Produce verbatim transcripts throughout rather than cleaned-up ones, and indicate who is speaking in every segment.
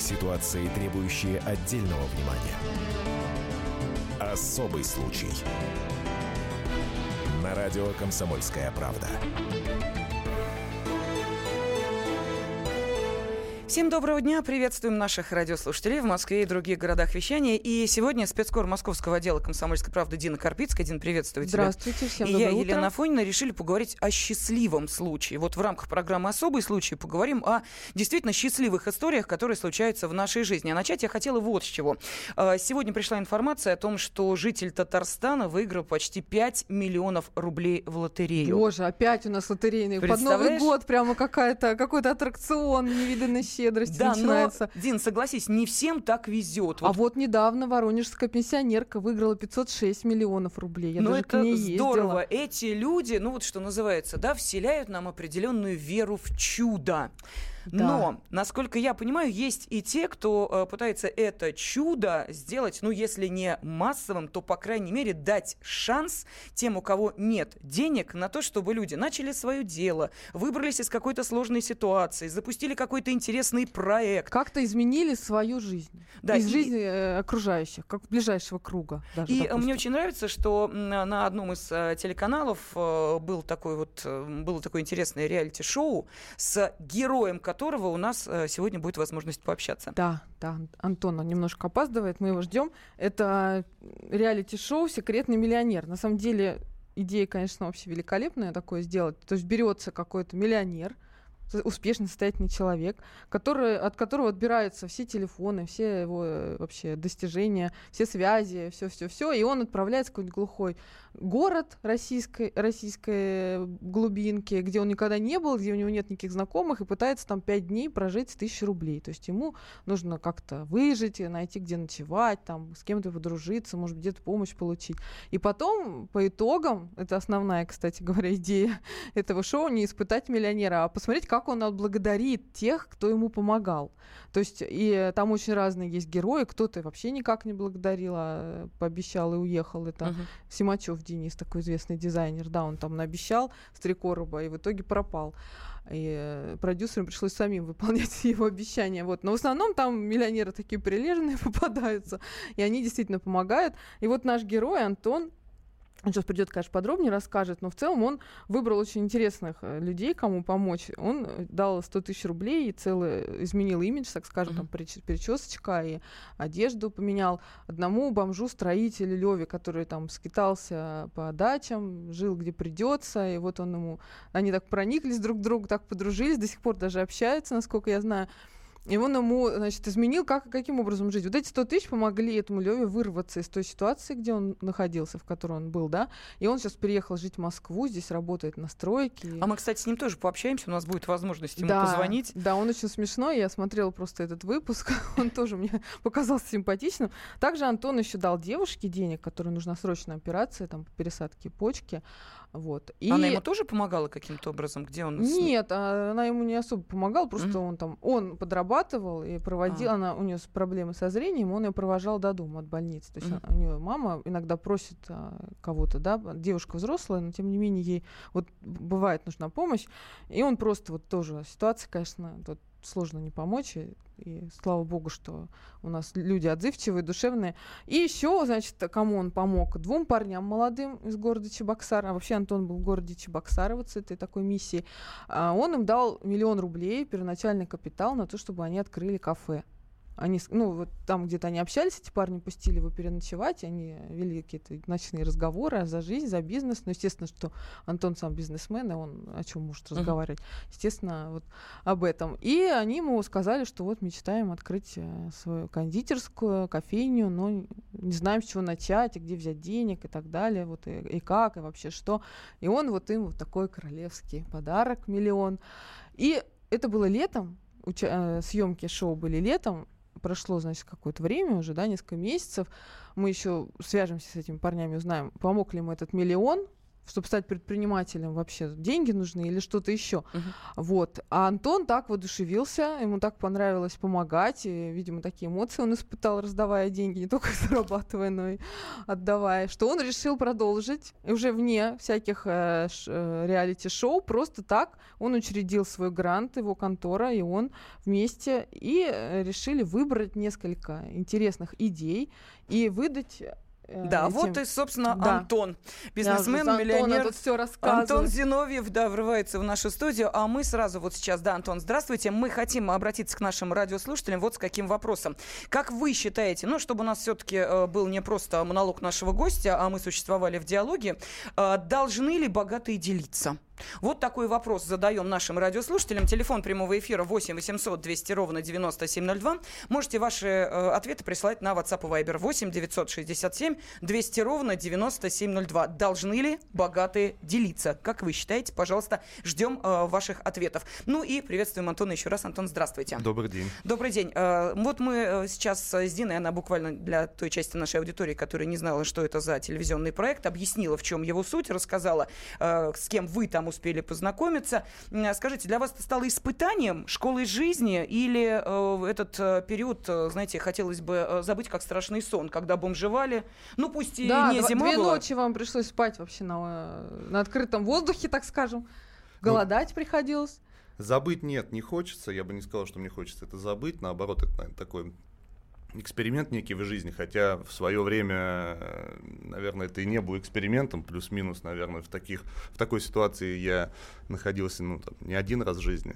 Speaker 1: Ситуации, требующие отдельного внимания. Особый случай. На радио «Комсомольская правда».
Speaker 2: Всем доброго дня. Приветствуем наших радиослушателей в Москве и других городах вещания. И сегодня спецкор московского отдела «Комсомольской правды» Дина Карпицкая. Дина, приветствую тебя.
Speaker 3: Здравствуйте, всем
Speaker 2: и
Speaker 3: доброе
Speaker 2: я,
Speaker 3: утро.
Speaker 2: Елена Афонина, решили поговорить о счастливом случае. Вот в рамках программы «Особый случай» поговорим о действительно счастливых историях, которые случаются в нашей жизни. А начать я хотела вот с чего. Сегодня пришла информация о том, что житель Татарстана выиграл почти пять миллионов рублей в лотерею.
Speaker 3: Боже, опять у нас лотерейный. Под Новый год прямо какая-то, какой-то аттракцион невиданной щедрости
Speaker 2: да,
Speaker 3: начинается.
Speaker 2: Но, Дин, согласись, не всем так везет.
Speaker 3: Вот. А вот недавно воронежская пенсионерка выиграла пятьсот шесть миллионов рублей. Я
Speaker 2: ну,
Speaker 3: даже
Speaker 2: это
Speaker 3: к ней
Speaker 2: здорово.
Speaker 3: ездила.
Speaker 2: Эти люди, ну вот что называется, да, вселяют нам определенную веру в чудо. Да. Но, насколько я понимаю, есть и те, кто э, пытается это чудо сделать, ну, если не массовым, то, по крайней мере, дать шанс тем, у кого нет денег, на то, чтобы люди начали свое дело, выбрались из какой-то сложной ситуации, запустили какой-то интересный проект.
Speaker 3: Как-то изменили свою жизнь. Да, из и... жизни э, окружающих, как ближайшего круга. Даже,
Speaker 2: и
Speaker 3: допустим.
Speaker 2: Мне очень нравится, что на одном из э, телеканалов э, был такой вот, э, было такое интересное реалити-шоу с героем, которого у нас э, сегодня будет возможность пообщаться.
Speaker 3: Да, да, Антон немножко опаздывает, мы его ждем. Это реалити-шоу «Секретный миллионер». На самом деле идея, конечно, вообще великолепная такое сделать. То есть берется какой-то миллионер, успешный, состоятельный человек, который, от которого отбираются все телефоны, все его вообще достижения, все связи, все-все-все, и он отправляется в какой-нибудь глухой город российской, российской глубинки, где он никогда не был, где у него нет никаких знакомых, и пытается там пять дней прожить с тысячи рублей. То есть ему нужно как-то выжить, найти, где ночевать, там, с кем-то подружиться, может быть, где-то помощь получить. И потом, по итогам, это основная, кстати говоря, идея этого шоу, не испытать миллионера, а посмотреть, как он отблагодарит тех, кто ему помогал. То есть и там очень разные есть герои. Кто-то вообще никак не благодарил, а пообещал и уехал. Это uh-huh. Симачев Денис, такой известный дизайнер. Да, он там наобещал с три короба и в итоге пропал. И продюсерам пришлось самим выполнять его обещания. Вот. Но в основном там миллионеры такие прилежные попадаются, и они действительно помогают. И вот наш герой Антон, он сейчас придет, конечно, подробнее расскажет, но в целом он выбрал очень интересных людей, кому помочь. Он дал сто тысяч рублей и целый изменил имидж, так скажем, uh-huh. там причесочка и одежду поменял одному бомжу-строителю Леве, который там скитался по дачам, жил где придется, и вот он ему... Они так прониклись друг к другу, так подружились, до сих пор даже общаются, насколько я знаю. И он ему, значит, изменил, как, каким образом жить. Вот эти сто тысяч помогли этому Леве вырваться из той ситуации, где он находился, в которой он был, да. И он сейчас переехал жить в Москву, здесь работает на стройке.
Speaker 2: А мы, кстати, с ним тоже пообщаемся, у нас будет возможность ему
Speaker 3: да,
Speaker 2: позвонить.
Speaker 3: Да, он очень смешной, я смотрела просто этот выпуск, он тоже мне показался симпатичным. Также Антон еще дал девушке денег, которой нужна срочная операция, там, по пересадке почки. Вот. И...
Speaker 2: Она ему тоже помогала каким-то образом? Где он?
Speaker 3: Нет, она ему не особо помогала, просто mm-hmm. он там, он подрабатывал и проводил, а. она, у нее проблемы со зрением, он ее провожал до дома от больницы. То есть mm-hmm. она, у нее мама иногда просит а, кого-то, да, девушка взрослая, но тем не менее ей вот бывает нужна помощь, и он просто вот тоже, ситуация, конечно, тут сложно не помочь, и, и слава богу, что у нас люди отзывчивые, душевные. И еще, значит, кому он помог? Двум парням молодым из города Чебоксар, а вообще Антон был в городе Чебоксары вот с этой такой миссией. А он им дал миллион рублей, первоначальный капитал на то, чтобы они открыли кафе. Они, ну, вот там где-то они общались, эти парни пустили его переночевать, они вели какие-то ночные разговоры за жизнь, за бизнес. Но, естественно, что Антон сам бизнесмен, и он о чем может uh-huh. разговаривать? Естественно, вот об этом. И они ему сказали, что вот мечтаем открыть свою кондитерскую, кофейню, но не знаем, с чего начать, и где взять денег и так далее, вот и, и как, и вообще что. И он вот им вот такой королевский подарок, миллион. И это было летом, уча- съемки шоу были летом. Прошло, значит, какое-то время уже, да, несколько месяцев. Мы еще свяжемся с этими парнями, узнаем, помог ли ему этот миллион чтобы стать предпринимателем, вообще деньги нужны или что-то еще.
Speaker 2: Uh-huh.
Speaker 3: Вот. А Антон так воодушевился, ему так понравилось помогать, и, видимо, такие эмоции он испытал, раздавая деньги, не только зарабатывая, но и отдавая, что он решил продолжить, и уже вне всяких э, ш, э, реалити-шоу, просто так он учредил свой грант, его контора, и он вместе, и э, решили выбрать несколько интересных идей и выдать.
Speaker 2: Да,
Speaker 3: этим...
Speaker 2: вот и, собственно,
Speaker 3: да.
Speaker 2: Антон, бизнесмен, миллионер.
Speaker 3: Тут все
Speaker 2: Антон Зиновьев, да, врывается в нашу студию, а мы сразу вот сейчас, да, Антон, здравствуйте, мы хотим обратиться к нашим радиослушателям вот с каким вопросом. Как вы считаете, ну, чтобы у нас все-таки э, был не просто монолог нашего гостя, а мы существовали в диалоге, э, должны ли богатые делиться? Вот такой вопрос задаем нашим радиослушателям. Телефон прямого эфира восемь восемьсот двести ровно девяносто семь ноль два. Можете ваши э, ответы присылать на WhatsApp и Viber восемь девятьсот шестьдесят семь двести ровно девяносто семь ноль два. Должны ли богатые делиться? Как вы считаете? Пожалуйста, ждем э, ваших ответов. Ну и приветствуем Антона еще раз. Антон, здравствуйте.
Speaker 4: Добрый день.
Speaker 2: Добрый день. Э, вот мы сейчас с Диной, она буквально для той части нашей аудитории, которая не знала, что это за телевизионный проект, объяснила, в чем его суть, рассказала, э, с кем вы там успели познакомиться. Скажите, для вас это стало испытанием, школой жизни, или э, этот э, период, э, знаете, хотелось бы э, забыть как страшный сон, когда бомжевали, ну пусть и
Speaker 3: да,
Speaker 2: не
Speaker 3: два,
Speaker 2: зима
Speaker 3: две
Speaker 2: была.
Speaker 3: ночи вам пришлось спать вообще на, на открытом воздухе, так скажем, голодать ну, приходилось.
Speaker 4: Забыть нет, не хочется, я бы не сказал, что мне хочется это забыть, наоборот, это, наверное, такой эксперимент некий в жизни, хотя в свое время, наверное, это и не был экспериментом, плюс-минус, наверное, в, таких, в такой ситуации я находился ну, там, не один раз в жизни.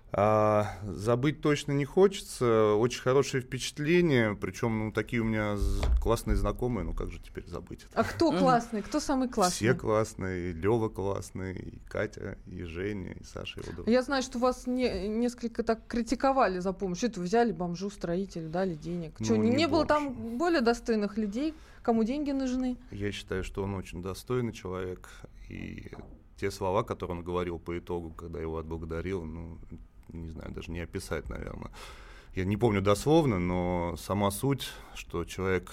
Speaker 4: А, забыть точно не хочется, очень хорошие впечатления, причем ну, такие у меня классные знакомые, ну как же теперь забыть?
Speaker 3: А кто классный, кто самый классный?
Speaker 4: Все классные, и Лёва классный, и Катя, и Женя, и Саша Иудова.
Speaker 3: Я знаю, что вас не, несколько так критиковали за помощь. Что это взяли бомжу, строителю, дали денег.
Speaker 4: Ну,
Speaker 3: что, не,
Speaker 4: не
Speaker 3: не было
Speaker 4: бомж.
Speaker 3: там более достойных людей, кому деньги нужны?
Speaker 4: Я считаю, что он очень достойный человек, и те слова, которые он говорил по итогу, когда его отблагодарил, ну, не знаю, даже не описать, наверное. Я не помню дословно, но сама суть, что человек...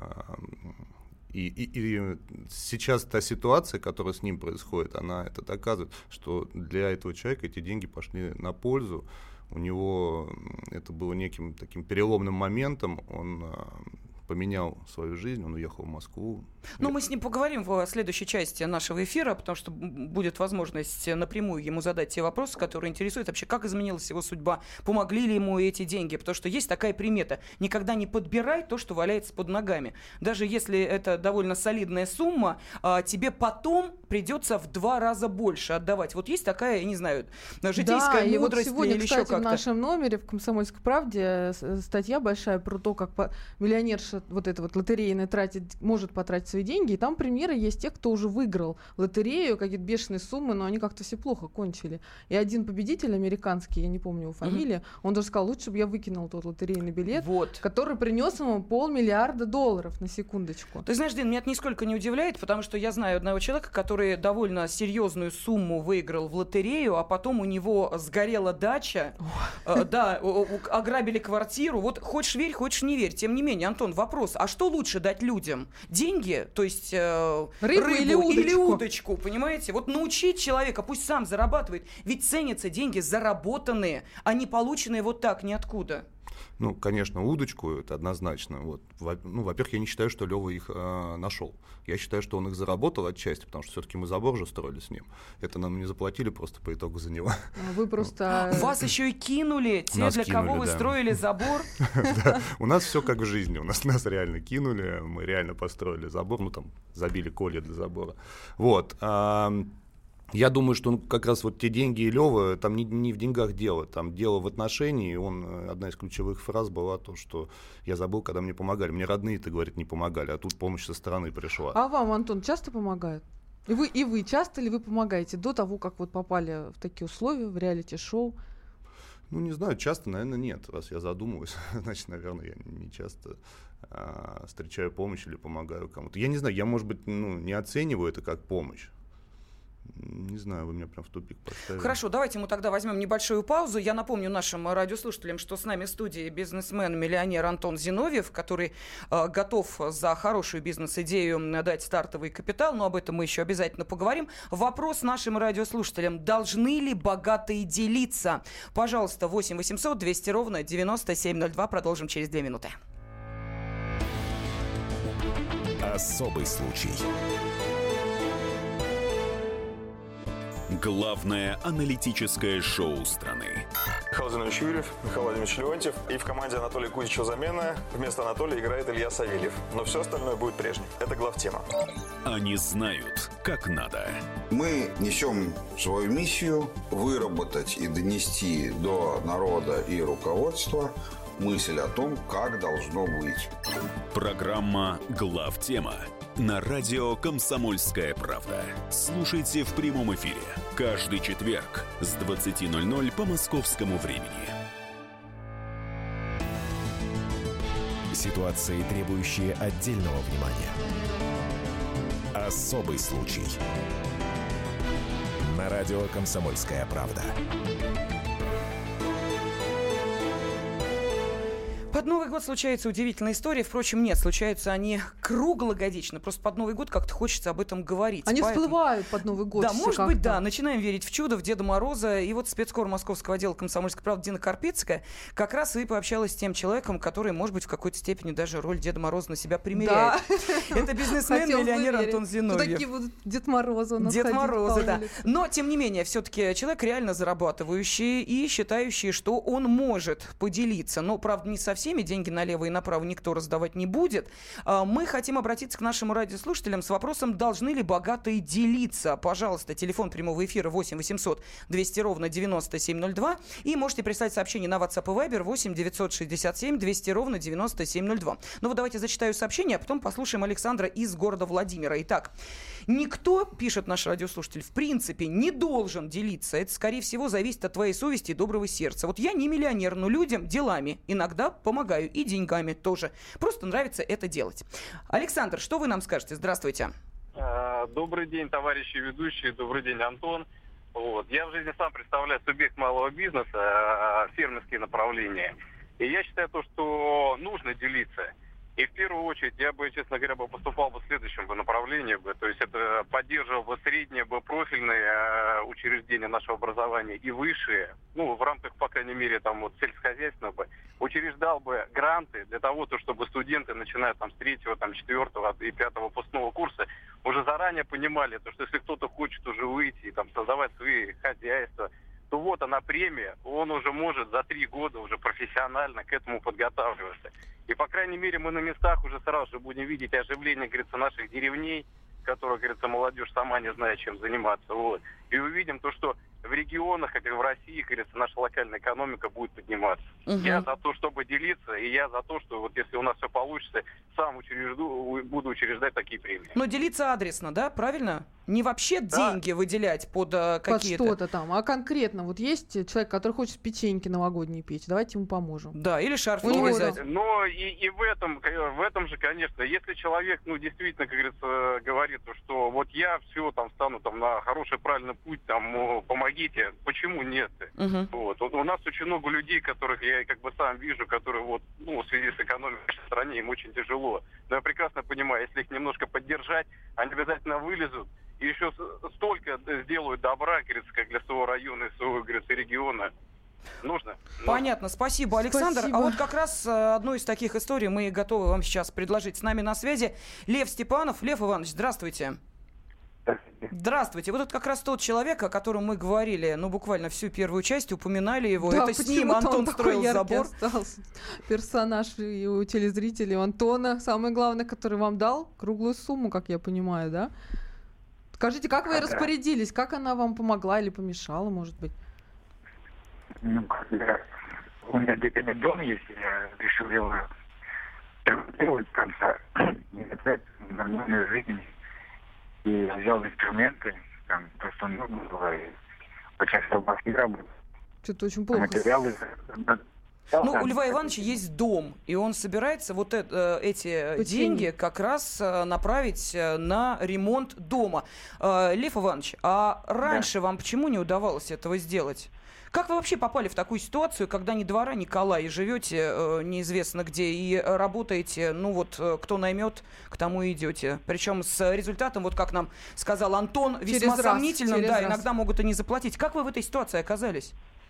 Speaker 4: И, и, и сейчас та ситуация, которая с ним происходит, она это доказывает, что для этого человека эти деньги пошли на пользу. У него это было неким таким переломным моментом, он поменял свою жизнь, он уехал в Москву.
Speaker 2: Ну, мы с ним поговорим в следующей части нашего эфира, потому что будет возможность напрямую ему задать те вопросы, которые интересуют вообще, как изменилась его судьба, помогли ли ему эти деньги, потому что есть такая примета: никогда не подбирай то, что валяется под ногами. Даже если это довольно солидная сумма, тебе потом придется в два раза больше отдавать. Вот есть такая, я не знаю, житейская
Speaker 3: да,
Speaker 2: мудрость
Speaker 3: и вот сегодня,
Speaker 2: или
Speaker 3: кстати,
Speaker 2: еще как-то.
Speaker 3: в нашем номере в «Комсомольской правде» статья большая про то, как миллионерша вот эта вот лотерейная тратит, может потратить свои деньги, и там примеры есть тех, кто уже выиграл лотерею, какие-то бешеные суммы, но они как-то все плохо кончили. И один победитель американский, я не помню его фамилию, mm-hmm. он даже сказал, лучше бы я выкинул тот лотерейный билет,
Speaker 2: вот.
Speaker 3: который принес ему полмиллиарда долларов, на секундочку.
Speaker 2: Ты знаешь, Дин, меня это нисколько не удивляет, потому что я знаю одного человека, который довольно серьезную сумму выиграл в лотерею, а потом у него сгорела дача, э, да, ограбили квартиру. Вот хочешь верь, хочешь не верь. Тем не менее, Антон, вопрос: а что лучше дать людям? Деньги, то есть э,
Speaker 3: рыбу,
Speaker 2: рыбу
Speaker 3: или, удочку.
Speaker 2: или удочку, понимаете? Вот научить человека, пусть сам зарабатывает. Ведь ценятся деньги заработанные, а не полученные вот так ниоткуда.
Speaker 4: Ну, конечно, удочку, это однозначно. Вот. Во- ну, во-первых, я не считаю, что Лёва их э, нашел. Я считаю, что он их заработал отчасти, потому что все-таки мы забор же строили с ним. Это нам не заплатили просто по итогу за него.
Speaker 3: Вы просто...
Speaker 2: Вас еще и кинули, те, для кого вы строили забор.
Speaker 4: У нас все как в жизни. У нас нас реально кинули, мы реально построили забор, ну там забили колья для забора. Вот. Я думаю, что он как раз вот те деньги и Лёва, там не, не в деньгах дело, там дело в отношении. И он, одна из ключевых фраз была то, что я забыл, когда мне помогали. Мне родные-то, говорит, не помогали, а тут помощь со стороны пришла.
Speaker 3: А вам, Антон, часто помогают? И вы, и вы часто ли вы помогаете до того, как вот попали в такие условия, в реалити-шоу?
Speaker 4: Ну, не знаю, часто, наверное, нет. Раз я задумываюсь, значит, наверное, я не часто а, встречаю помощь или помогаю кому-то. Я не знаю, я, может быть, ну, не оцениваю это как помощь. Не знаю, вы меня прям в тупик поставили.
Speaker 2: Хорошо, давайте мы тогда возьмем небольшую паузу. Я напомню нашим радиослушателям, что с нами в студии бизнесмен, миллионер Антон Зиновьев, который э, готов за хорошую бизнес-идею дать стартовый капитал, но об этом мы еще обязательно поговорим. Вопрос нашим радиослушателям: должны ли богатые делиться? Пожалуйста, восемь восемьсот двести ровно девяносто семь ноль два. Продолжим через две минуты.
Speaker 1: Особый случай.
Speaker 5: Главное аналитическое шоу страны.
Speaker 6: Михаил Зинович Юрьев, Михаил Владимирович Леонтьев. И в команде Анатолия Кузичева замена. Вместо Анатолия играет Илья Савельев. Но все остальное будет прежним. Это главтема.
Speaker 5: Они знают, как надо.
Speaker 7: Мы несем свою миссию выработать и донести до народа и руководства мысль о том, как должно быть.
Speaker 5: Программа «Главтема» на радио «Комсомольская правда». Слушайте в прямом эфире каждый четверг с двадцати ноль-ноль по московскому времени.
Speaker 1: Ситуации, требующие отдельного внимания. Особый случай. На радио «Комсомольская правда».
Speaker 2: Под Новый год случаются удивительные истории. Впрочем, нет, случаются они круглогодично. Просто под Новый год как-то хочется об этом говорить.
Speaker 3: Они
Speaker 2: Поэтому...
Speaker 3: всплывают под Новый год.
Speaker 2: Да, может
Speaker 3: как-то.
Speaker 2: быть, да. Начинаем верить в чудо, в Деда Мороза. И вот спецкор Московского отдела «Комсомольской правды» Дина Карпицкая как раз и пообщалась с тем человеком, который, может быть, в какой-то степени даже роль Деда Мороза на себя примеряет. Да. Это бизнесмен, миллионер Антон Зиновьев.
Speaker 3: Кто такие будут Дед Морозы у нас?
Speaker 2: Дед Морозы, да. Но, тем не менее, все-таки человек реально зарабатывающий и считающий, что он может поделиться. Но, правда, не со всеми. Деньги налево и направо никто раздавать не будет. Мы хотим обратиться к нашим радиослушателям с вопросом: должны ли богатые делиться? Пожалуйста, телефон прямого эфира восемь восемьсот двести ровно девяносто семь ноль два. И можете прислать сообщение на WhatsApp и Viber восемь девятьсот шестьдесят семь двести ровно девяносто семь ноль два. Ну вот давайте зачитаю сообщение, а потом послушаем Александра из города Владимира. Итак, никто, пишет наш радиослушатель, в принципе не должен делиться. Это, скорее всего, зависит от твоей совести и доброго сердца. Вот я не миллионер, но людям делами иногда помогаю и деньгами тоже. Просто нравится это делать. Александр, что вы нам скажете? Здравствуйте.
Speaker 8: Добрый день, товарищи ведущие. Добрый день, Антон. Вот. Я в жизни сам представляю субъект малого бизнеса, фермерские направления. И я считаю то, что нужно делиться. И в первую очередь я бы, честно говоря, бы поступал бы в следующем бы направлении. Бы. То есть это поддерживал бы средние, бы профильные э, учреждения нашего образования и высшие, ну, в рамках, по крайней мере, там вот сельскохозяйственного бы, учреждал бы гранты для того, то, чтобы студенты, начиная там с третьего, там, четвертого и пятого выпускного курса, уже заранее понимали, то, что если кто-то хочет уже выйти и там создавать свои хозяйства, то вот она премия, он уже может за три года уже профессионально к этому подготавливаться. И, по крайней мере, мы на местах уже сразу же будем видеть оживление, говорится, наших деревней, которых, говорится, молодежь сама не знает, чем заниматься. Вот. И увидим то, что в регионах, как и в России, говорится, наша локальная экономика будет подниматься. Угу. Я за то, чтобы делиться, и я за то, что вот если у нас все получится, сам учрежду, буду учреждать такие премии.
Speaker 2: Но делиться адресно, да, правильно? Не вообще да. деньги выделять под uh, какие-то...
Speaker 3: Под что-то там, а конкретно. Вот есть человек, который хочет печеньки новогодние печь, давайте ему поможем.
Speaker 2: Да, или шарф
Speaker 8: вязать. Но и, и в, этом, в этом же, конечно, если человек, ну, действительно, как говорится, говорит, что вот я все там стану там на хороший, правильный путь, там, помогите, почему нет? Угу. Вот. Вот у нас очень много людей, которых я как бы сам вижу, которые вот, ну, в связи с экономикой в стране, им очень тяжело. Но я прекрасно понимаю, если их немножко поддержать, они обязательно вылезут и еще столько сделают добра, говорится, как для своего района и своего, говорится, региона. Нужно.
Speaker 2: Понятно, спасибо, Александр. Спасибо. А вот как раз одну из таких историй мы готовы вам сейчас предложить. С нами на связи Лев Степанов. Лев Иванович, здравствуйте. Здравствуйте. Вот это как раз тот человек, о котором мы говорили, ну, буквально всю первую часть, упоминали его.
Speaker 3: Да,
Speaker 2: это с ним Антон строил забор.
Speaker 3: Остался. Персонаж и у телезрителей Антона, самое главное, который вам дал круглую сумму, как я понимаю, да? Скажите, как вы распорядились? Как она вам помогла или помешала, может быть?
Speaker 9: Ну, когда у меня где-то дом есть, я решил его делать в конце, не опять нормальную жизнь. И взял инструменты, там просто нужно было, и очень в Москве работать.
Speaker 3: Что-то очень плохо.
Speaker 9: Материалы.
Speaker 2: Ну, у Льва Ивановича есть дом, и он собирается вот это, эти
Speaker 3: Почему?
Speaker 2: деньги как раз направить на ремонт дома. Лев Иванович, а раньше да. вам почему не удавалось этого сделать? Как вы вообще попали в такую ситуацию, когда ни двора, ни кола, и живете э, неизвестно где, и работаете, ну вот, э, кто наймет, к тому и идете. Причем с результатом, вот как нам сказал Антон, весьма через сомнительным, раз, да, раз. иногда могут и не заплатить. Как вы в этой ситуации оказались?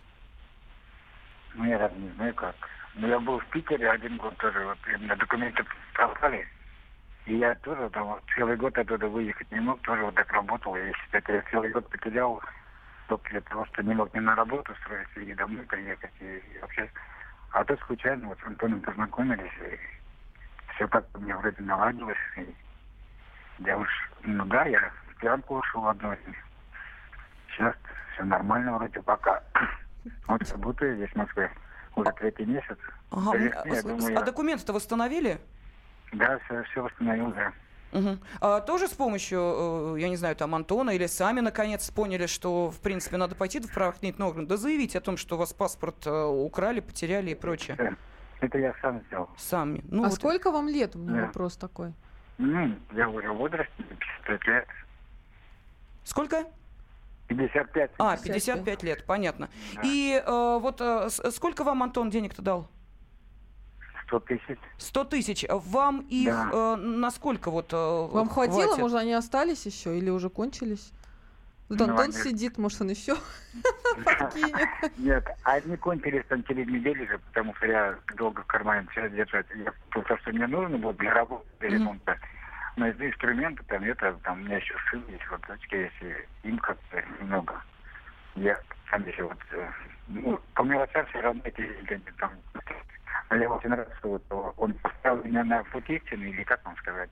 Speaker 9: Ну, я даже не знаю как. Ну, я был в Питере один год тоже, вот, именно документы пропали. И я тоже там вот, целый год оттуда выехать не мог, тоже вот так работал. И, кстати, я целый год потерял только для того, что не мог ни на работу устроиться, и домой приехать, и, и вообще. А тут случайно вот с Антоном познакомились, и все как-то мне вроде наладилось. И я уж, ну да, я в пьянку ушел одной. Сейчас все нормально вроде пока. Вот работаю здесь в Москве уже третий месяц.
Speaker 2: Ага. А, я думаю, а документы-то восстановили?
Speaker 9: Да, все, все восстановил, да.
Speaker 2: Угу. А тоже с помощью, я не знаю, там Антона, или сами наконец поняли, что в принципе надо пойти в правоохранительные органы, да заявить о том, что у вас паспорт украли, потеряли и прочее?
Speaker 9: Это, это я сам сделал.
Speaker 2: Сами. Ну,
Speaker 3: а
Speaker 2: вот...
Speaker 3: сколько вам лет? У меня
Speaker 9: да.
Speaker 3: вопрос такой.
Speaker 9: Ну, я уже в возрасте, пятьдесят пять лет.
Speaker 2: Сколько?
Speaker 9: пятьдесят пять.
Speaker 2: А, пятьдесят пять лет, понятно. Да. И э, вот э, сколько вам Антон денег-то дал?
Speaker 9: Сто тысяч.
Speaker 2: Сто тысяч. Вам их да. э, насколько вот э,
Speaker 3: вам
Speaker 2: хватит?
Speaker 3: хватило? Может, они остались еще или уже кончились? Вот ну, Антон они... сидит, может, он еще подкинет.
Speaker 9: Нет, они кончились там через неделю же, потому что я долго в кармане все держать. Я то, что мне нужно было для работы, для ремонта. Но из инструмента там это, там у меня еще сын есть, вот дочки есть, и им как-то немного. Я сам еще вот, ну, по мелочам все равно эти деньги там. Мне очень нравится, что вот он поставил меня на путь истины, или как вам сказать,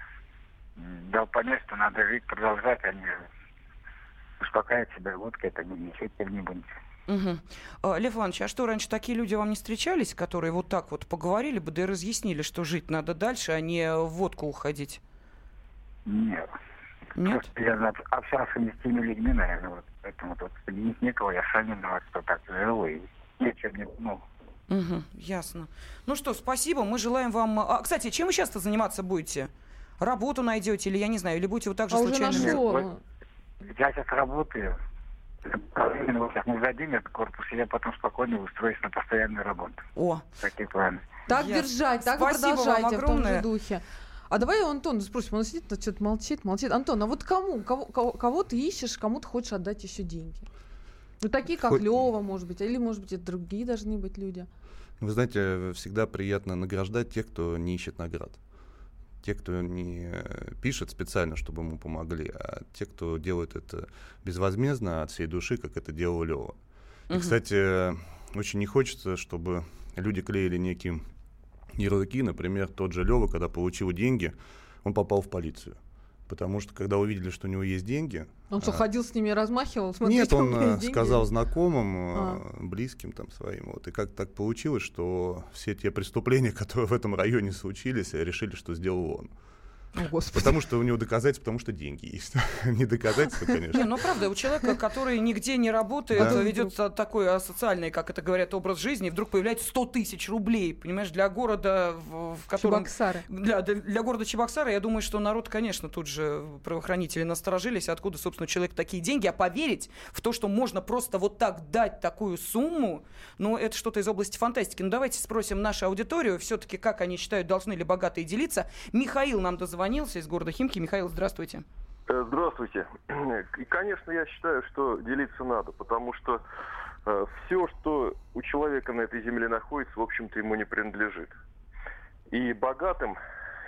Speaker 9: дал понять, что надо жить, продолжать, а не успокаивать себя водкой, это ничего теперь не будет.
Speaker 2: Угу. А, Лев Иванович, а что, раньше такие люди вам не встречались, которые вот так вот поговорили бы, да и разъяснили, что жить надо дальше, а не в водку уходить?
Speaker 9: Нет.
Speaker 2: Нет?
Speaker 9: Просто я общался не с теми людьми, наверное, вот, поэтому тут не некого, я сам виноват, что так живу, и ничего не, ну...
Speaker 2: Угу, ясно. Ну что, спасибо, мы желаем вам... А, кстати, чем вы часто заниматься будете? Работу найдете или, я не знаю, или будете вот так же
Speaker 3: а
Speaker 2: случайно...
Speaker 3: Уже нашел. Вот,
Speaker 9: я сейчас работаю, именно вот сейчас мы сдадим этот корпус, и я потом спокойно устроюсь на постоянную работу.
Speaker 2: О!
Speaker 9: Такие планы.
Speaker 3: Так я... держать, так
Speaker 2: спасибо
Speaker 3: продолжайте в том же духе. А давай у Антона спросим, он сидит, что-то молчит, молчит. Антон, а вот кому, кого, кого, кого ты ищешь, кому ты хочешь отдать еще деньги? Ну, такие, как Хоть... Лёва, может быть, или, может быть, это другие должны быть люди.
Speaker 4: Вы знаете, всегда приятно награждать тех, кто не ищет наград. Те, кто не пишет специально, чтобы ему помогли, а те, кто делает это безвозмездно, от всей души, как это делал Лёва. И, кстати, очень не хочется, чтобы люди клеили некие ярлыки. Например, тот же Лёва, когда получил деньги, он попал в полицию. Потому что, когда увидели, что у него есть деньги...
Speaker 3: Он что, а... ходил с ними и размахивал?
Speaker 4: Смотрите, нет, он сказал знакомым, а. близким там своим. Вот. И как так получилось, что все те преступления, которые в этом районе случились, решили, что сделал он.
Speaker 3: О, Господи.
Speaker 4: Потому что у него доказательства, потому что деньги есть. Не доказательства, конечно.
Speaker 2: Не, ну правда, у человека, который нигде не работает, да. ведет такой асоциальный, как это говорят, образ жизни, и вдруг появляется сто тысяч рублей, понимаешь, для города, в, в котором...
Speaker 3: Чебоксары.
Speaker 2: Для, для города Чебоксары, я думаю, что народ, конечно, тут же правоохранители насторожились, откуда, собственно, у человека такие деньги, а поверить в то, что можно просто вот так дать такую сумму, ну, это что-то из области фантастики. Ну, давайте спросим нашу аудиторию, все-таки, как они считают, должны ли богатые делиться. Михаил нам дозвонился из города Химки. Михаил, здравствуйте.
Speaker 10: Здравствуйте. И, конечно, я считаю, что делиться надо, потому что э, все, что у человека на этой земле находится, в общем-то, ему не принадлежит. И богатым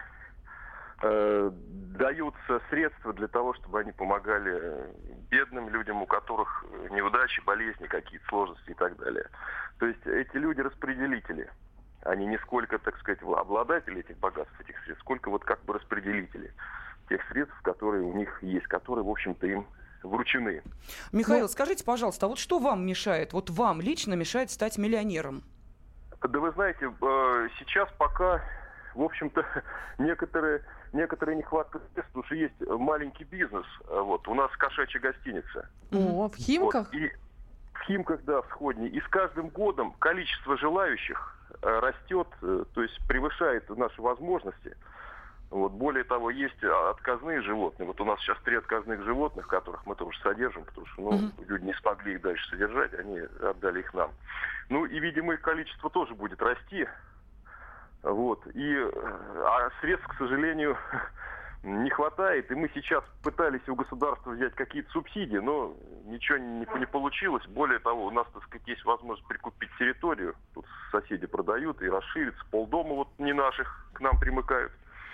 Speaker 10: э, даются средства для того, чтобы они помогали бедным людям, у которых неудачи, болезни, какие-то сложности и так далее. То есть эти люди распределители. Они не сколько, так сказать, обладатели этих богатств, этих средств, сколько вот как бы распределители тех средств, которые у них есть, которые, в общем-то, им вручены.
Speaker 2: Михаил, ну, скажите, пожалуйста, а вот что вам мешает, вот вам лично мешает стать миллионером?
Speaker 10: Да вы знаете, сейчас пока, в общем-то, некоторые, некоторые нехватка средств, потому что есть маленький бизнес. Вот, у нас кошачья гостиница.
Speaker 3: О, в Химках?
Speaker 10: Вот, и в Химках, да, в Сходне. И с каждым годом количество желающих э, растет, э, то есть превышает наши возможности. Вот. Более того, есть отказные животные. Вот у нас сейчас три отказных животных, которых мы тоже содержим, потому что ну, uh-huh. люди не смогли их дальше содержать, они отдали их нам. Ну и, видимо, их количество тоже будет расти. Вот. И, а средств, к сожалению, не хватает. И мы сейчас пытались у государства взять какие-то субсидии, но ничего не, не получилось. Более того, у нас, так сказать, есть возможность прикупить территорию. Тут соседи продают и расшириться. Полдома вот не наших к нам примыкают.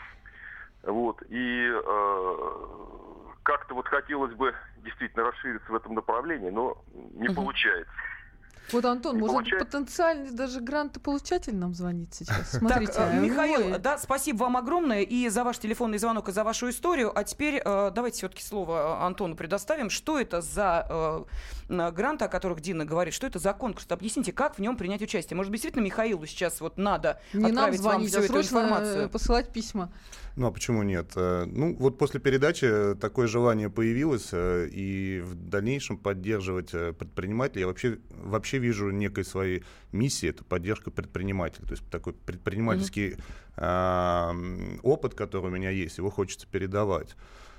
Speaker 10: Вот, и э, как-то вот хотелось бы действительно расшириться в этом направлении, но не угу. получается.
Speaker 3: Вот, Антон,
Speaker 10: не
Speaker 3: может,
Speaker 10: получается.
Speaker 3: Потенциальный даже грантополучатель нам звонит сейчас. Смотрите.
Speaker 2: Так, Михаил, да, спасибо вам огромное и за ваш телефонный звонок, и за вашу историю. А теперь э, давайте все-таки слово Антону предоставим. Что это за э, гранты, о которых Дина говорит? Что это за конкурс? Объясните, как в нем принять участие? Может, действительно Михаилу сейчас вот надо
Speaker 3: не
Speaker 2: отправить
Speaker 3: нам звонить,
Speaker 2: вам всю
Speaker 3: а
Speaker 2: эту информацию?
Speaker 3: Посылать письма.
Speaker 4: Ну, а почему нет? Ну, вот после передачи такое желание появилось, и в дальнейшем поддерживать предпринимателей. Я вообще, вообще вижу некой своей миссией, это поддержка предпринимателей. То есть такой предпринимательский mm-hmm. э, опыт, который у меня есть, его хочется передавать.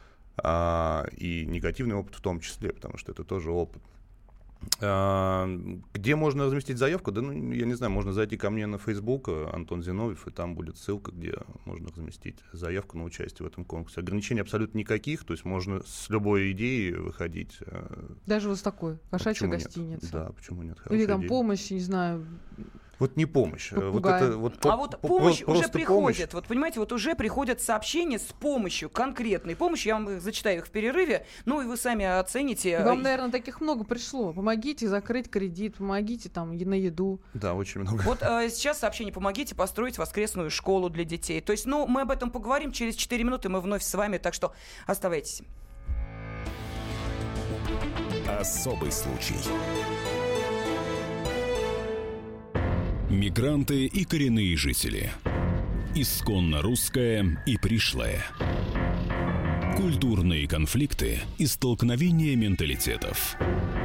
Speaker 4: А, и негативный опыт в том числе, потому что это тоже опыт. А, где можно разместить заявку? Да, ну, я не знаю, можно зайти ко мне на Facebook, Антон Зиновьев, и там будет ссылка, где можно разместить заявку на участие в этом конкурсе. Ограничений абсолютно никаких, то есть можно с любой идеей выходить.
Speaker 3: Даже вот с такой кошачьей
Speaker 4: почему
Speaker 3: гостиницы.
Speaker 4: Нет? Да, почему нет?
Speaker 3: Или там
Speaker 4: идея.
Speaker 3: Помощь, не знаю...
Speaker 4: Вот не помощь. Вот это, вот по,
Speaker 2: а вот
Speaker 4: по,
Speaker 2: помощь
Speaker 4: по,
Speaker 2: уже приходит.
Speaker 4: Помощь.
Speaker 2: Вот понимаете, вот уже приходят сообщения с помощью, конкретной помощью. Я вам зачитаю их в перерыве. Ну и вы сами оцените.
Speaker 3: Вам, наверное, таких много пришло. Помогите закрыть кредит, помогите там на еду.
Speaker 4: Да, очень много.
Speaker 2: Вот э, сейчас сообщение: помогите построить воскресную школу для детей. То есть, ну, мы об этом поговорим через четыре минуты. Мы вновь с вами, так что оставайтесь.
Speaker 1: Особый случай.
Speaker 5: Мигранты и коренные жители. Исконно русское и пришлое. Культурные конфликты и столкновения менталитетов.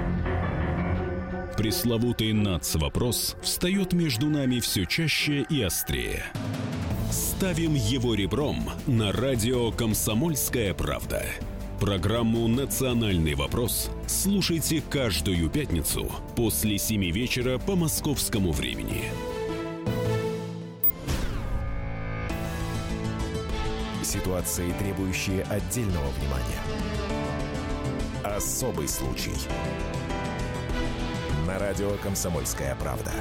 Speaker 5: Пресловутый нацвопрос встает между нами все чаще и острее. Ставим его ребром на радио «Комсомольская правда». Программу «Национальный вопрос» слушайте каждую пятницу после семи вечера по московскому времени.
Speaker 1: Ситуации, требующие отдельного внимания. Особый случай. На радио «Комсомольская правда».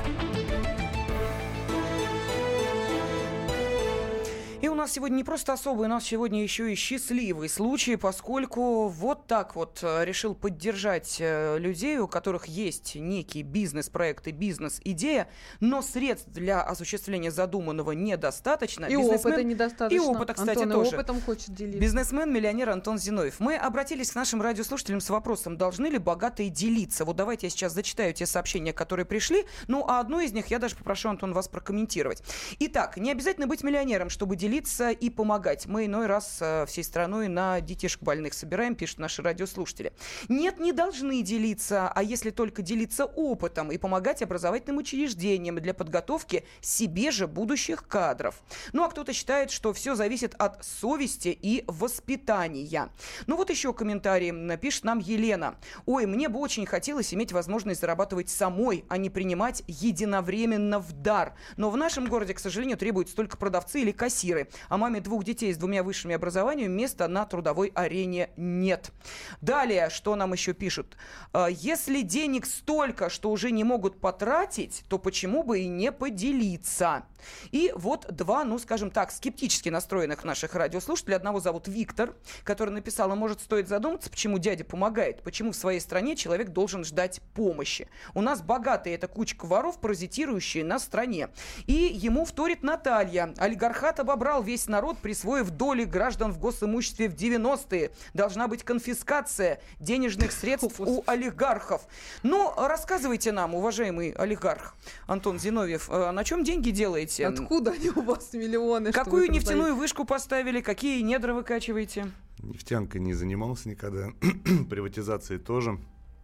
Speaker 2: И у нас сегодня не просто особый, у нас сегодня еще и счастливый случай, поскольку вот так вот решил поддержать людей, у которых есть некий бизнес-проект и бизнес-идея, но средств для осуществления задуманного недостаточно.
Speaker 3: И
Speaker 2: Бизнесмен...
Speaker 3: опыта недостаточно.
Speaker 2: И опыта, кстати,
Speaker 3: Антон,
Speaker 2: тоже.
Speaker 3: И опытом хочет делиться.
Speaker 2: Бизнесмен-миллионер Антон Зиновьев. Мы обратились к нашим радиослушателям с вопросом: должны ли богатые делиться? Вот давайте я сейчас зачитаю те сообщения, которые пришли. Ну, а одно из них я даже попрошу, Антон, вас прокомментировать. Итак, не обязательно быть миллионером, чтобы делиться и помогать. Мы иной раз э, всей страной на детишек больных собираем, пишут наши радиослушатели. Нет, не должны делиться, а если только делиться опытом и помогать образовательным учреждениям для подготовки себе же будущих кадров. Ну, а кто-то считает, что все зависит от совести и воспитания. Ну, вот еще комментарий напишет нам Елена. Ой, мне бы очень хотелось иметь возможность зарабатывать самой, а не принимать единовременно в дар. Но в нашем городе, к сожалению, требуются только продавцы или кассиры. А маме двух детей с двумя высшими образованиями места на трудовой арене нет. Далее, что нам еще пишут? Если денег столько, что уже не могут потратить, то почему бы и не поделиться? И вот два, ну, скажем так, скептически настроенных наших радиослушателей. Одного зовут Виктор, который написал: а может, стоит задуматься, почему дядя помогает? Почему в своей стране человек должен ждать помощи? У нас богатые — это кучка воров, паразитирующие на стране. И ему вторит Наталья. Олигархат обобрал весь народ, присвоив доли граждан в госимуществе в девяностые. Должна быть конфискация денежных средств у олигархов. Ну, рассказывайте нам, уважаемый олигарх Антон Зиновьев, на чем деньги делаете?
Speaker 3: Откуда они у вас миллионы?
Speaker 2: Какую нефтяную вышку поставили? Какие недра выкачиваете?
Speaker 4: Нефтянкой не занимался никогда. Приватизацией тоже.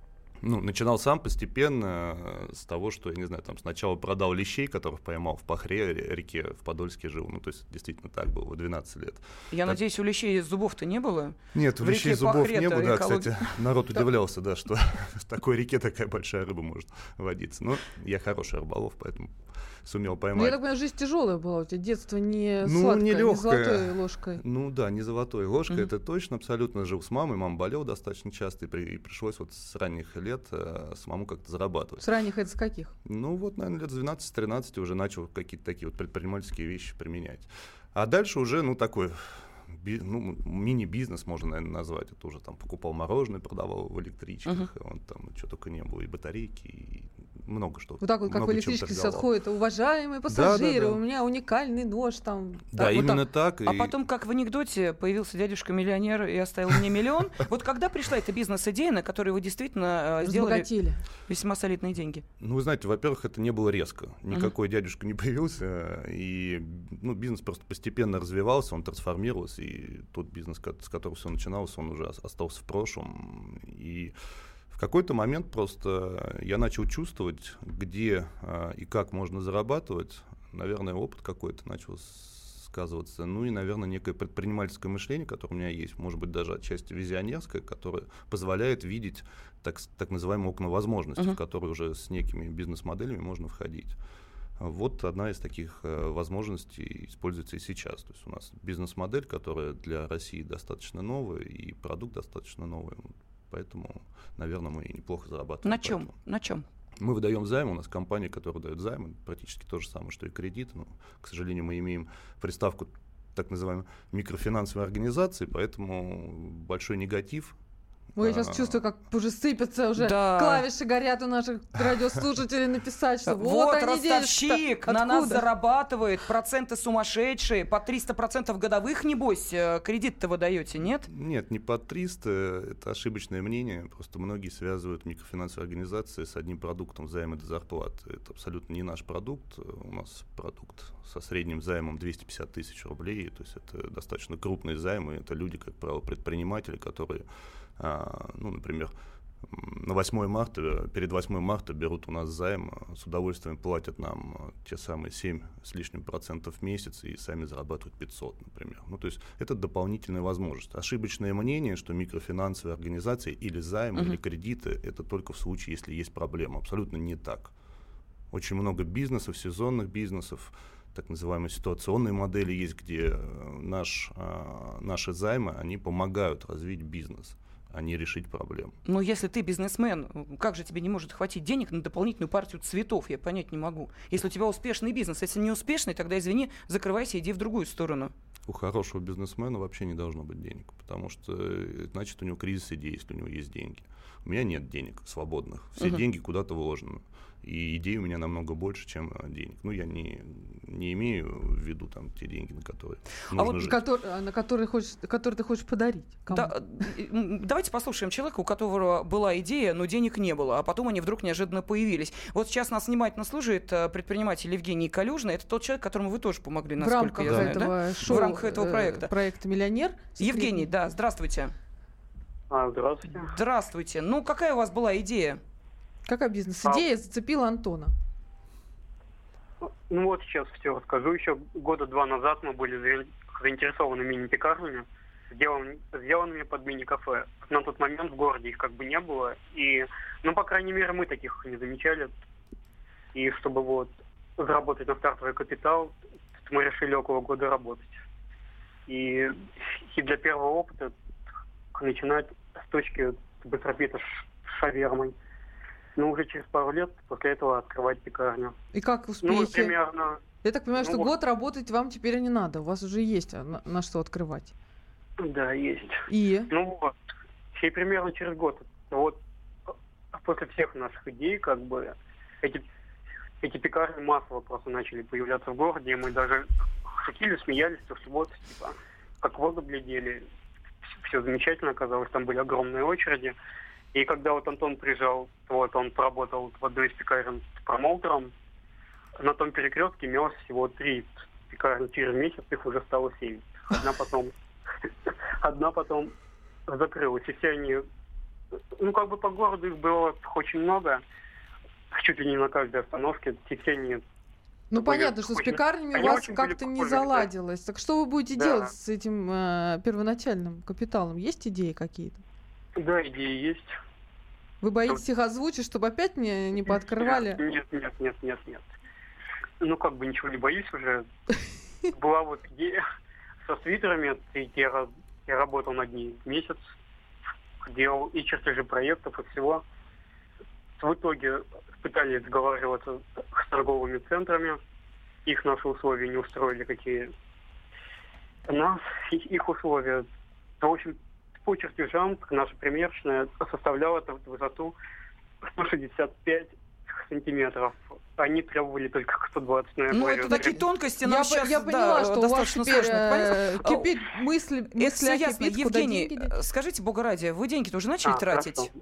Speaker 4: Ну, начинал сам постепенно с того, что, я не знаю, там сначала продал лещей, которых поймал в Пахре, реке, в Подольске жил. Ну, то есть, действительно так было, в двенадцать лет.
Speaker 2: Я
Speaker 4: так...
Speaker 2: надеюсь, у лещей зубов-то не было?
Speaker 4: Нет, у
Speaker 2: в
Speaker 4: лещей зубов
Speaker 2: Пахре
Speaker 4: не было, да,
Speaker 2: экология...
Speaker 4: кстати, народ удивлялся, да, что в такой реке такая большая рыба может водиться. Но я хороший рыболов, поэтому сумел поймать.
Speaker 3: Ну, я так понимаю, жизнь тяжелая была у тебя, детство не
Speaker 4: ну,
Speaker 3: сладкое,
Speaker 4: не,
Speaker 3: не золотой
Speaker 4: легкое.
Speaker 3: ложкой.
Speaker 4: Ну да, не золотой ложкой,
Speaker 3: Мгм.
Speaker 4: это точно, абсолютно. Жил с мамой, мама болела достаточно часто, и, при, и пришлось вот с ранних лет э, самому как-то зарабатывать.
Speaker 3: С ранних это с каких?
Speaker 4: Ну вот, наверное, лет с двенадцати-тринадцати уже начал какие-то такие вот предпринимательские вещи применять. А дальше уже, ну, такой... Би, ну, мини-бизнес можно, наверное, назвать. Это уже там покупал мороженое, продавал в электричках, uh-huh. он там что только не было, и батарейки, и много что.
Speaker 3: Вот так вот, как в электричке сейчас ходят, уважаемые пассажиры, да, да, да. у меня уникальный нож там.
Speaker 4: Да, так, именно вот так.
Speaker 2: так. И... А потом, как в анекдоте, появился дядюшка-миллионер и оставил мне миллион. Вот когда пришла эта бизнес-идея, на которой вы действительно сделали весьма солидные деньги?
Speaker 4: Ну, вы знаете, во-первых, это не было резко. Никакой дядюшка не появился, и ну, бизнес просто постепенно развивался, он трансформировался, и тот бизнес, с которого все начиналось, он уже остался в прошлом. И в какой-то момент просто я начал чувствовать, где а, и как можно зарабатывать. Наверное, опыт какой-то начал сказываться. Ну и, наверное, некое предпринимательское мышление, которое у меня есть, может быть, даже отчасти визионерское, которое позволяет видеть так, так называемые окна возможностей, uh-huh. в которые уже с некими бизнес-моделями можно входить. Вот одна из таких э, возможностей используется и сейчас. То есть у нас бизнес-модель, которая для России достаточно новая, и продукт достаточно новый. Поэтому, наверное, мы неплохо зарабатываем.
Speaker 2: На чем? На чем?
Speaker 4: Мы выдаем займы, у нас компания, которая дает займы, практически то же самое, что и кредит. Но, к сожалению, мы имеем приставку так называемой микрофинансовой организации, поэтому большой негатив.
Speaker 3: Ой, я сейчас чувствую, как уже сыпятся, уже да. клавиши горят у наших радиослушателей написать, что вот,
Speaker 2: вот
Speaker 3: они
Speaker 2: ростовщик на нас зарабатывает, проценты сумасшедшие, по триста процентов годовых, небось, кредит-то вы даете, нет?
Speaker 4: Нет, не по триста, это ошибочное мнение, просто многие связывают микрофинансовые организации с одним продуктом займа до зарплаты. Это абсолютно не наш продукт, у нас продукт со средним займом двести пятьдесят тысяч рублей, то есть это достаточно крупные займы, это люди, как правило, предприниматели, которые... А, ну, например, на восьмое марта, перед восьмое марта берут у нас займ, с удовольствием платят нам те самые семь с лишним процентов в месяц и сами зарабатывают пятьсот, например. Ну, то есть это дополнительная возможность. Ошибочное мнение, что микрофинансовые организации или займы, uh-huh. или кредиты, это только в случае, если есть проблема. Абсолютно не так. Очень много бизнесов, сезонных бизнесов, так называемые ситуационные модели есть, где наш, наши займы, они помогают развить бизнес, а не решить проблему.
Speaker 2: Но если ты бизнесмен, как же тебе не может хватить денег на дополнительную партию цветов? Я понять не могу. Если у тебя успешный бизнес, если не успешный, тогда, извини, закрывайся, иди в другую сторону.
Speaker 4: У хорошего бизнесмена вообще не должно быть денег, потому что, значит, у него кризис идей, если у него есть деньги. У меня нет денег свободных, все uh-huh. деньги куда-то вложены. И идей у меня намного больше, чем денег. Ну, я не, не имею в виду там те деньги, на которые
Speaker 3: а
Speaker 4: нужно
Speaker 3: вот
Speaker 4: жить.
Speaker 3: Который, на которые, хочешь, которые ты хочешь подарить кому?
Speaker 2: Да, давайте послушаем человека, у которого была идея, но денег не было, а потом они вдруг неожиданно появились. Вот сейчас нас внимательно слушает предприниматель Евгений Калюжный. Это тот человек, которому вы тоже помогли, насколько я знаю,
Speaker 3: этого
Speaker 2: да?
Speaker 3: шоу,
Speaker 2: в рамках этого проекта.
Speaker 3: Проекта «Миллионер».
Speaker 2: Евгений, да, здравствуйте.
Speaker 8: А, здравствуйте.
Speaker 2: Здравствуйте. Ну, какая у вас была идея?
Speaker 3: Какая бизнес-идея а... зацепила Антона?
Speaker 8: Ну вот сейчас все расскажу. Еще года два назад мы были заинтересованы мини-пекарнями, сделан, сделанными под мини-кафе. На тот момент в городе их как бы не было. И, ну, по крайней мере, мы таких не замечали. И чтобы вот заработать на стартовый капитал, мы решили около года работать. И, и для первого опыта начинать с точки быстропита с шавермой. Ну, уже через пару лет после этого открывать пекарню.
Speaker 3: И как успехи?
Speaker 8: Ну, примерно...
Speaker 3: Я так понимаю,
Speaker 8: ну,
Speaker 3: что
Speaker 8: вот.
Speaker 3: год работать вам теперь не надо. У вас уже есть на, на что открывать.
Speaker 8: Да, есть.
Speaker 3: И?
Speaker 8: Ну вот. И примерно через год. Вот после всех наших идей, как бы, эти, эти пекарни массово просто начали появляться в городе, и мы даже шутили, смеялись, что вот, типа, как воду глядели. Все замечательно оказалось, там были огромные очереди. И когда вот Антон приезжал, вот он поработал в одной из пекарен промоутером, на том перекрестке имелось всего три пекарни. Через месяц их уже стало семь. Одна потом, одна потом закрылась. И все они
Speaker 11: ну, как бы по городу их было очень много. Чуть ли не на каждой остановке. В течение...
Speaker 3: Ну, понятно, что с пекарнями у вас как-то не заладилось. Так что вы будете
Speaker 11: да.
Speaker 3: делать с этим э, первоначальным капиталом? Есть идеи какие-то?
Speaker 11: Да, идеи есть.
Speaker 3: Вы боитесь их озвучить, чтобы опять не, не пооткрывали?
Speaker 11: Нет, нет, нет, нет, нет. Ну, как бы ничего не боюсь уже. Была вот идея со свитерами. Я, я работал над ней месяц. Делал и чертежи проектов, и всего. В итоге пытались договариваться с торговыми центрами. Их наши условия не устроили, какие нас, их условия. В общем, по чертежам наша примерочная составляла высоту сто шестьдесят пять сантиметров. Они требовали только сто двадцать, наверное.
Speaker 2: Ну, это такие тонкости, нам
Speaker 3: я
Speaker 2: сейчас,
Speaker 3: я поняла,
Speaker 2: да,
Speaker 3: что
Speaker 2: достаточно
Speaker 3: у вас теперь,
Speaker 2: сложно.
Speaker 3: Э, кипит мысли, мысли
Speaker 2: это ясно.
Speaker 3: кипит,
Speaker 2: Евгений,
Speaker 3: деньги?
Speaker 2: скажите, бога ради, вы деньги-то уже начали
Speaker 11: а,
Speaker 2: тратить?
Speaker 11: Хорошо.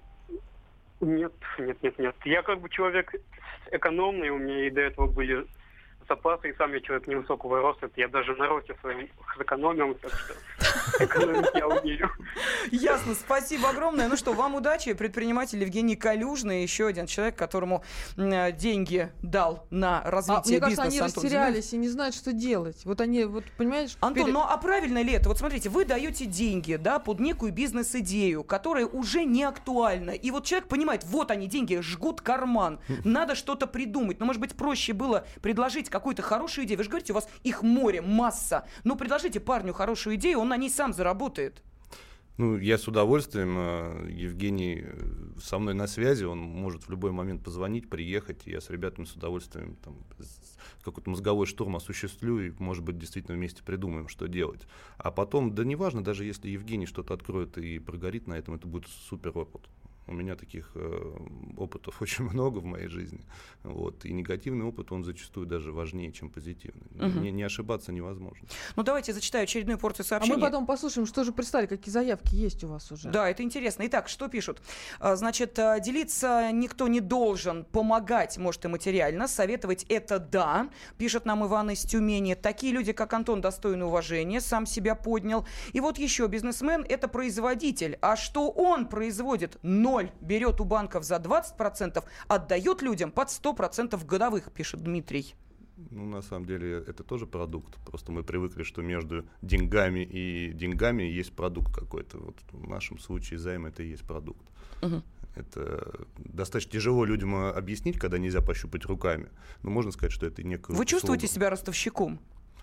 Speaker 11: Нет, нет, нет, нет. Я как бы человек экономный, у меня и до этого были запасы, и сам я человек невысокого роста. Я даже на росте своем сэкономил, так что экономить я умею.
Speaker 2: Ясно, спасибо огромное. Ну что, вам удачи. Предприниматель Евгений Калюжный, еще один человек, которому деньги дал на развитие
Speaker 3: а,
Speaker 2: бизнеса.
Speaker 3: Мне кажется, они растерялись и не знают, что делать. Вот они, вот понимаешь...
Speaker 2: Антон,
Speaker 3: перед...
Speaker 2: ну а правильно ли это? Вот смотрите, вы даете деньги, да, под некую бизнес-идею, которая уже не актуальна. И вот человек понимает, вот они, деньги, жгут карман. Надо что-то придумать. Но, может быть, проще было предложить какую-то хорошую идею. Вы же говорите, у вас их море, масса. Ну, предложите парню хорошую идею, он на ней сам заработает.
Speaker 4: Ну, я с удовольствием. Евгений со мной на связи, он может в любой момент позвонить, приехать. Я с ребятами с удовольствием там, какой-то мозговой штурм осуществлю и, может быть, действительно вместе придумаем, что делать. А потом, да неважно, даже если Евгений что-то откроет и прогорит на этом, это будет супер опыт. У меня таких э, опытов очень много в моей жизни. Вот. И негативный опыт, он зачастую даже важнее, чем позитивный. Угу. Не, не ошибаться невозможно.
Speaker 2: Ну, давайте я зачитаю очередную порцию сообщений.
Speaker 3: А мы потом послушаем, что же прислали, какие заявки есть у вас уже.
Speaker 2: Да, это интересно. Итак, что пишут? Значит, делиться никто не должен, помогать, может, и материально, советовать это да, пишет нам Иван из Тюмени. Такие люди, как Антон, достойны уважения, сам себя поднял. И вот еще, бизнесмен – это производитель. А что он производит? Ноль. Берет у банков за двадцать процентов, отдает людям под сто процентов годовых, пишет Дмитрий.
Speaker 4: Ну, на самом деле, это тоже продукт. Просто мы привыкли, что между деньгами и деньгами есть продукт какой-то. Вот в нашем случае займ — это и есть продукт. Угу. Это достаточно тяжело людям объяснить, когда нельзя пощупать руками. Но можно сказать, что это некое...
Speaker 2: Вы чувствуете себя ростовщиком?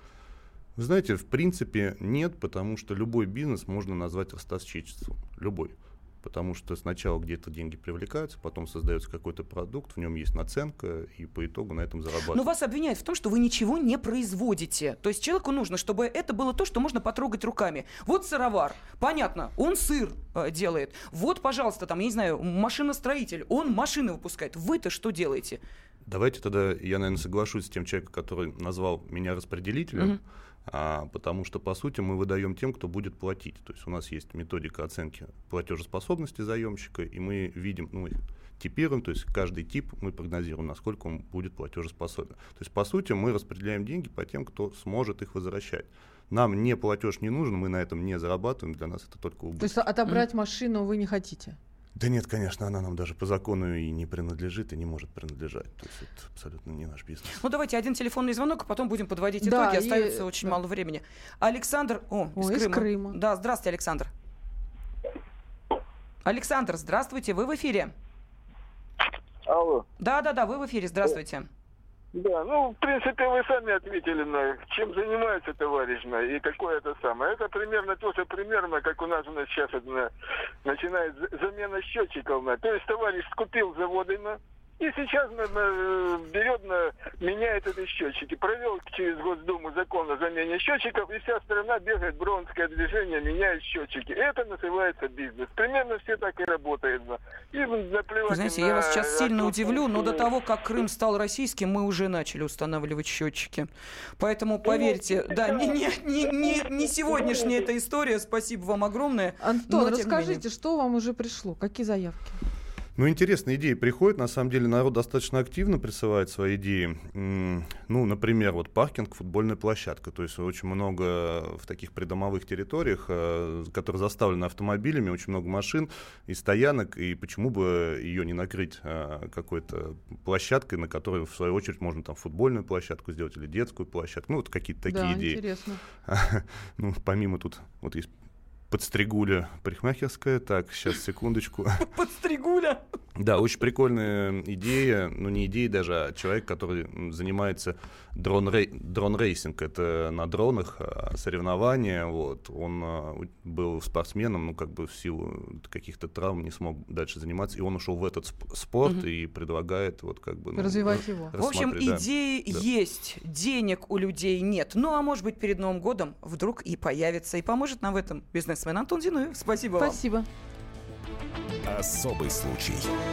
Speaker 4: Вы знаете, в принципе, нет, потому что любой бизнес можно назвать ростовщичеством. Любой. Потому что сначала где-то деньги привлекаются, потом создается какой-то продукт, в нем есть наценка, и по итогу на этом зарабатывают.
Speaker 2: Но вас обвиняют в том, что вы ничего не производите. То есть человеку нужно, чтобы это было то, что можно потрогать руками. Вот сыровар, понятно, он сыр э, делает. Вот, пожалуйста, там, я не знаю, машиностроитель, он машины выпускает. Вы-то что делаете?
Speaker 4: Давайте тогда я, наверное, соглашусь с тем человеком, который назвал меня распределителем. Mm-hmm. А, потому что, по сути, мы выдаем тем, кто будет платить. То есть у нас есть методика оценки платежеспособности заемщика, и мы видим, ну, типируем, то есть каждый тип мы прогнозируем, насколько он будет платежеспособен. То есть, по сути, мы распределяем деньги по тем, кто сможет их возвращать. Нам не платеж не нужен, мы на этом не зарабатываем, для нас это только убыток.
Speaker 3: То есть отобрать mm. машину вы не хотите?
Speaker 4: Да нет, конечно, она нам даже по закону и не принадлежит, и не может принадлежать. То есть это абсолютно не наш бизнес.
Speaker 2: Ну, давайте один телефонный звонок, а потом будем подводить итоги.
Speaker 3: Да,
Speaker 2: Остается
Speaker 3: и...
Speaker 2: очень
Speaker 3: да.
Speaker 2: мало времени. Александр... О,
Speaker 3: О
Speaker 2: из,
Speaker 3: из
Speaker 2: Крыма.
Speaker 3: Крыма.
Speaker 2: Да, здравствуйте, Александр. Александр, здравствуйте, вы в эфире.
Speaker 12: Алло.
Speaker 2: Да-да-да, вы в эфире, здравствуйте.
Speaker 12: Да, ну, в принципе, вы сами ответили на чем занимается товарищ на и какое это самое. Это примерно то же примерно, как у нас у нас сейчас это, начинает замена счетчиков. На. То есть товарищ скупил заводы на, и сейчас на, на, берет, на, меняет эти счетчики. Провел через Госдуму закон о замене счетчиков, и вся страна бегает, бронское движение, меняет счетчики. Это называется бизнес. Примерно все так и работает. И наплевать.
Speaker 2: Знаете,
Speaker 12: на,
Speaker 2: я вас сейчас сильно
Speaker 12: на,
Speaker 2: удивлю, но до того, как Крым стал российским, мы уже начали устанавливать счетчики. Поэтому, поверьте, ну, да, не, не, не, не, не сегодняшняя эта история. Спасибо вам огромное.
Speaker 3: Антон, расскажите, что вам уже пришло? Какие заявки?
Speaker 4: Ну, интересные идеи приходят. На самом деле народ достаточно активно присылает свои идеи. Ну, например, вот паркинг, футбольная площадка. То есть очень много в таких придомовых территориях, которые заставлены автомобилями, очень много машин и стоянок. И почему бы ее не накрыть какой-то площадкой, на которой, в свою очередь, можно там футбольную площадку сделать или детскую площадку. Ну, вот какие-то такие
Speaker 3: да,
Speaker 4: идеи.
Speaker 3: Интересно.
Speaker 4: Ну, помимо тут, вот есть подстригуля парикмахерская. Так, сейчас, секундочку.
Speaker 2: Подстригуля?
Speaker 4: Да, очень прикольная идея, ну не идея даже, а человек, который занимается дрон-рей... дрон-рейсинг. Это на дронах соревнования. Вот. Он был спортсменом, ну как бы в силу каких-то травм не смог дальше заниматься, и он ушел в этот спорт угу. и предлагает вот как бы... Ну,
Speaker 3: развивать его.
Speaker 2: В общем,
Speaker 4: да.
Speaker 2: идеи
Speaker 4: да.
Speaker 2: есть, денег у людей нет. Ну а может быть перед Новым годом вдруг и появится, и поможет нам в этом бизнесмен Антон Зиновьев. Спасибо вам.
Speaker 3: Спасибо.
Speaker 1: Особый случай.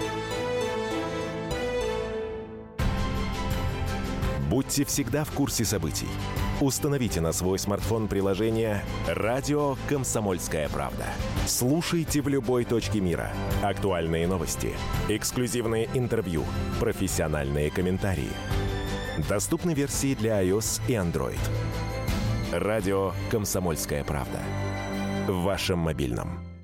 Speaker 1: Будьте всегда в курсе событий. Установите на свой смартфон приложение «Радио Комсомольская правда». Слушайте в любой точке мира. Актуальные новости, эксклюзивные интервью, профессиональные комментарии. Доступны версии для iOS и Android. «Радио Комсомольская правда». В вашем мобильном.